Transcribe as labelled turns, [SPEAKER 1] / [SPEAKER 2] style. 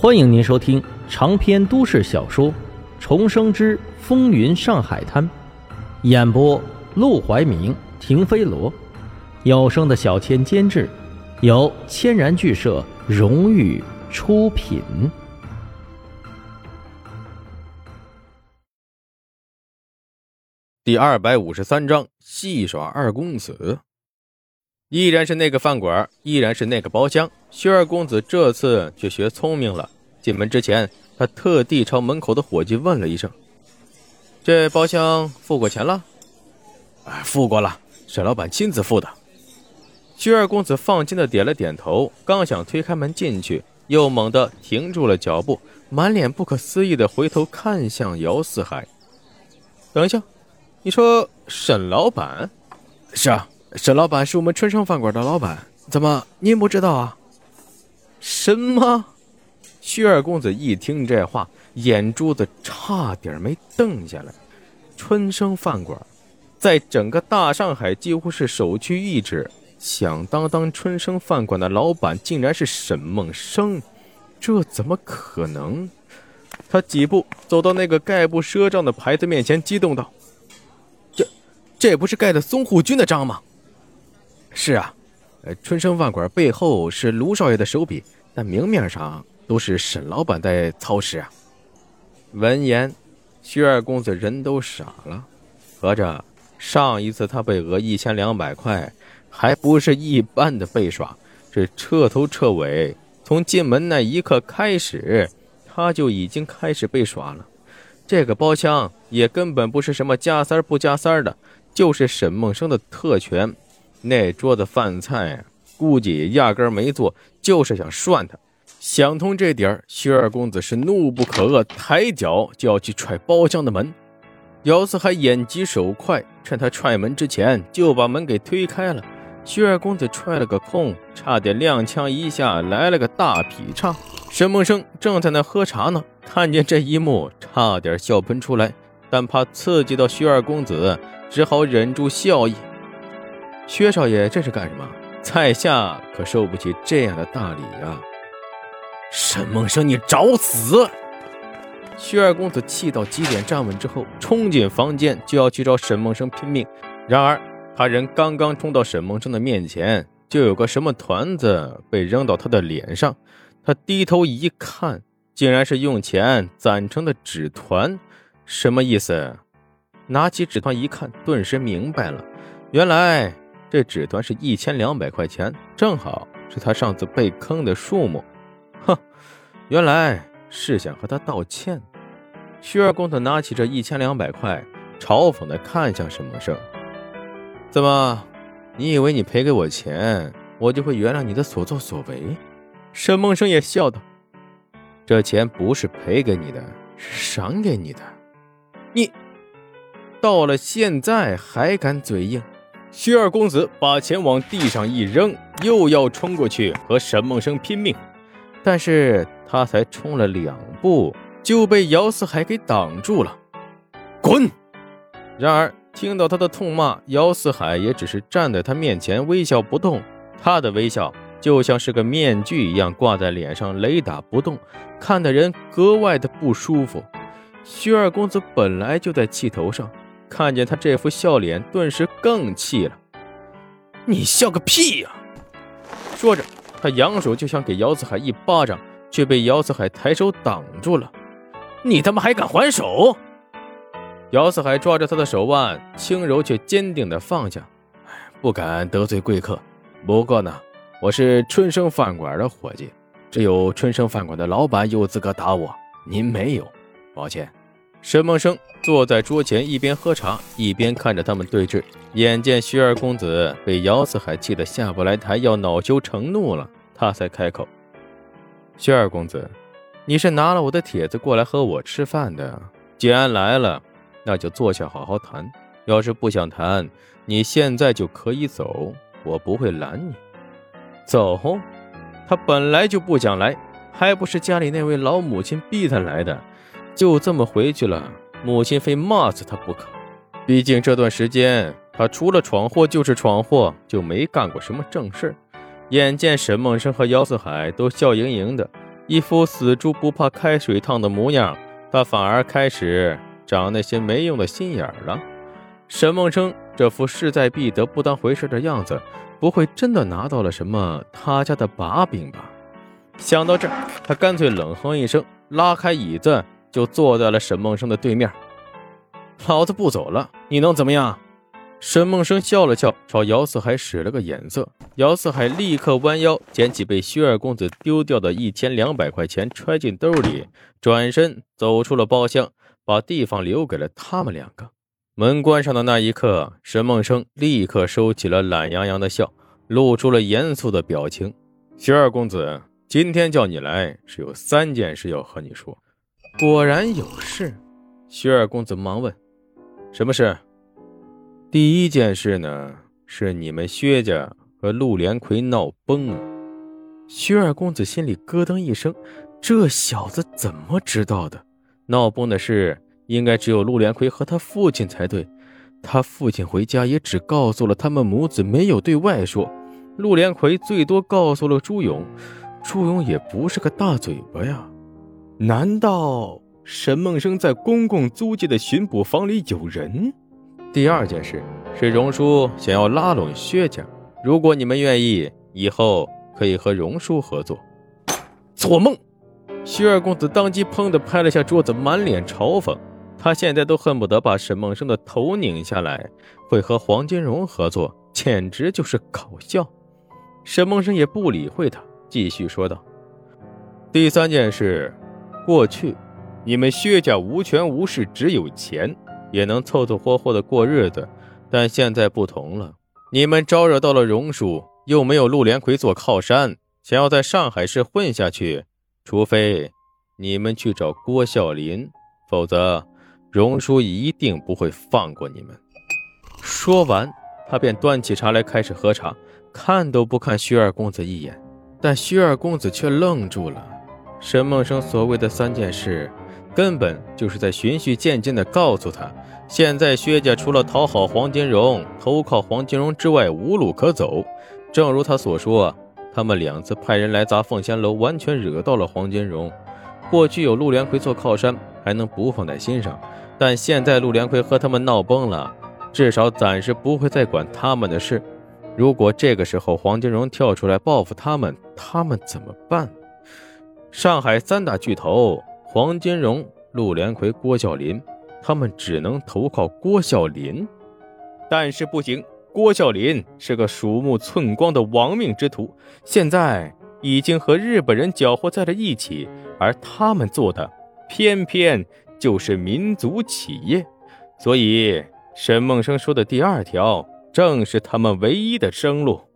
[SPEAKER 1] 欢迎您收听长篇都市小说《重生之风云上海滩》，演播陆怀明、停飞罗，有声的小千监制，由千然剧社荣誉出品。
[SPEAKER 2] 第253章戏耍二公子。依然是那个饭馆，依然是那个包厢，薛二公子这次却学聪明了。进门之前，他特地朝门口的伙计问了一声：“这包厢付过钱了？”“付过了，沈老板亲自付的。”薛二公子放心的点了点头，刚想推开门进去，又猛地停住了脚步，满脸不可思议的回头看向姚四海。“等一下，你说沈老板？”“是啊，沈老板是我们春生饭馆的老板，怎么您不知道啊？”“什么？”薛二公子一听这话，眼珠子差点没瞪下来。春生饭馆在整个大上海几乎是首屈一指，响当当春生饭馆的老板竟然是沈梦生，这怎么可能？他几步走到那个盖布赊账的牌子面前，激动道：“这不是盖的淞沪军的章吗？”“是啊，春生饭馆背后是卢少爷的手笔，但明面上都是沈老板在操持啊。”闻言，薛二公子人都傻了，合着上一次他被讹1200块，还不是一般的被耍，这彻头彻尾从进门那一刻开始，他就已经开始被耍了。这个包厢也根本不是什么加三不加三的，就是沈梦生的特权。那桌子饭菜估计压根没做，就是想涮他。想通这点，薛二公子是怒不可遏，抬脚就要去踹包厢的门。姚四海眼疾手快，趁他踹门之前就把门给推开了。薛二公子踹了个空，差点踉跄一下来了个大劈叉。沈梦生正在那喝茶呢，看见这一幕差点笑喷出来，但怕刺激到薛二公子，只好忍住笑意。“薛少爷这是干什么？在下可受不起这样的大礼啊！”“沈梦生，你找死！”薛二公子气到极点，站稳之后冲进房间，就要去找沈梦生拼命。然而他人刚刚冲到沈梦生的面前，就有个什么团子被扔到他的脸上。他低头一看，竟然是用钱攒成的纸团。什么意思？拿起纸团一看，顿时明白了，原来这纸团是1200块钱，正好是他上次被坑的数目。哼，原来是想和他道歉。薛二公子拿起这1200块，嘲讽地看向沈梦生：“怎么，你以为你赔给我钱，我就会原谅你的所作所为？”沈梦生也笑道：“这钱不是赔给你的，是赏给你的。你到了现在还敢嘴硬！”薛二公子把钱往地上一扔，又要冲过去和沈梦生拼命。但是他才冲了2步，就被姚四海给挡住了。“滚！”然而听到他的痛骂，姚四海也只是站在他面前微笑不动。他的微笑就像是个面具一样挂在脸上，雷打不动，看得人格外的不舒服。薛二公子本来就在气头上，看见他这副笑脸，顿时更气了。“你笑个屁呀！”说着他扬手就想给姚四海一巴掌，却被姚四海抬手挡住了。“你他妈还敢还手！”姚四海抓着他的手腕，轻柔却坚定地放下。“不敢得罪贵客，不过呢，我是春生饭馆的伙计，只有春生饭馆的老板有资格打我，您没有，抱歉。”沈梦生坐在桌前，一边喝茶一边看着他们对峙。眼见薛二公子被姚四海气得下不来台，要恼羞成怒了，他才开口：“薛二公子，你是拿了我的帖子过来和我吃饭的，既然来了，那就坐下好好谈。要是不想谈，你现在就可以走，我不会拦你。”“走？他本来就不想来，还不是家里那位老母亲逼他来的，就这么回去了，母亲非骂死他不可。毕竟这段时间他除了闯祸就是闯祸，就没干过什么正事。眼见沈梦生和姚四海都笑盈盈的， 一副死猪不怕开水烫的模样，他反而开始长那些没用的心眼了。沈梦生这副势在必得不当回事的样子，不会真的拿到了什么他家的把柄吧？想到这儿，他干脆冷哼一声，拉开椅子就坐在了沈梦生的对面。老子不走了，你能怎么样？沈梦生笑了笑，朝姚四海使了个眼色。姚四海立刻弯腰捡起被薛二公子丢掉的1200块钱，揣进兜里，转身走出了包厢，把地方留给了他们两个。门关上的那一刻，沈梦生立刻收起了懒洋洋的笑，露出了严肃的表情。薛二公子，今天叫你来是有3件事要和你说。果然有事。薛二公子忙问，什么事？第一件事呢，是你们薛家和陆连魁闹崩了。薛二公子心里咯噔一声，这小子怎么知道的？闹崩的事应该只有陆连魁和他父亲才对，他父亲回家也只告诉了他们母子，没有对外说。陆连魁最多告诉了朱勇，朱勇也不是个大嘴巴呀。难道沈梦生在公共租界的巡捕房里有人？第二件事是荣叔想要拉拢薛家，如果你们愿意，以后可以和荣叔合作。做梦！薛二公子当即砰地拍了下桌子，满脸嘲讽。他现在都恨不得把沈梦生的头拧下来，会和黄金荣合作，简直就是搞笑。沈梦生也不理会他，继续说道，第三件事，过去你们薛家无权无势，只有钱，也能凑凑合合的过日子，但现在不同了，你们招惹到了荣叔，又没有陆连魁做靠山，想要在上海市混下去，除非你们去找郭孝林，否则荣叔一定不会放过你们。说完，他便端起茶来开始喝茶，看都不看薛二公子一眼。但薛二公子却愣住了。沈梦生所谓的3件事，根本就是在循序渐进地告诉他，现在薛家除了讨好黄金荣，投靠黄金荣之外无路可走。正如他所说，他们2次派人来砸凤仙楼，完全惹到了黄金荣。过去有陆连魁做靠山，还能不放在心上，但现在陆连魁和他们闹崩了，至少暂时不会再管他们的事。如果这个时候黄金荣跳出来报复他们，他们怎么办？上海3大巨头黄金荣、陆连魁、郭孝林，他们只能投靠郭孝林。但是不行，郭孝林是个鼠目寸光的亡命之徒，现在已经和日本人搅和在了一起，而他们做的偏偏就是民族企业。所以沈梦生说的第2条正是他们唯一的生路。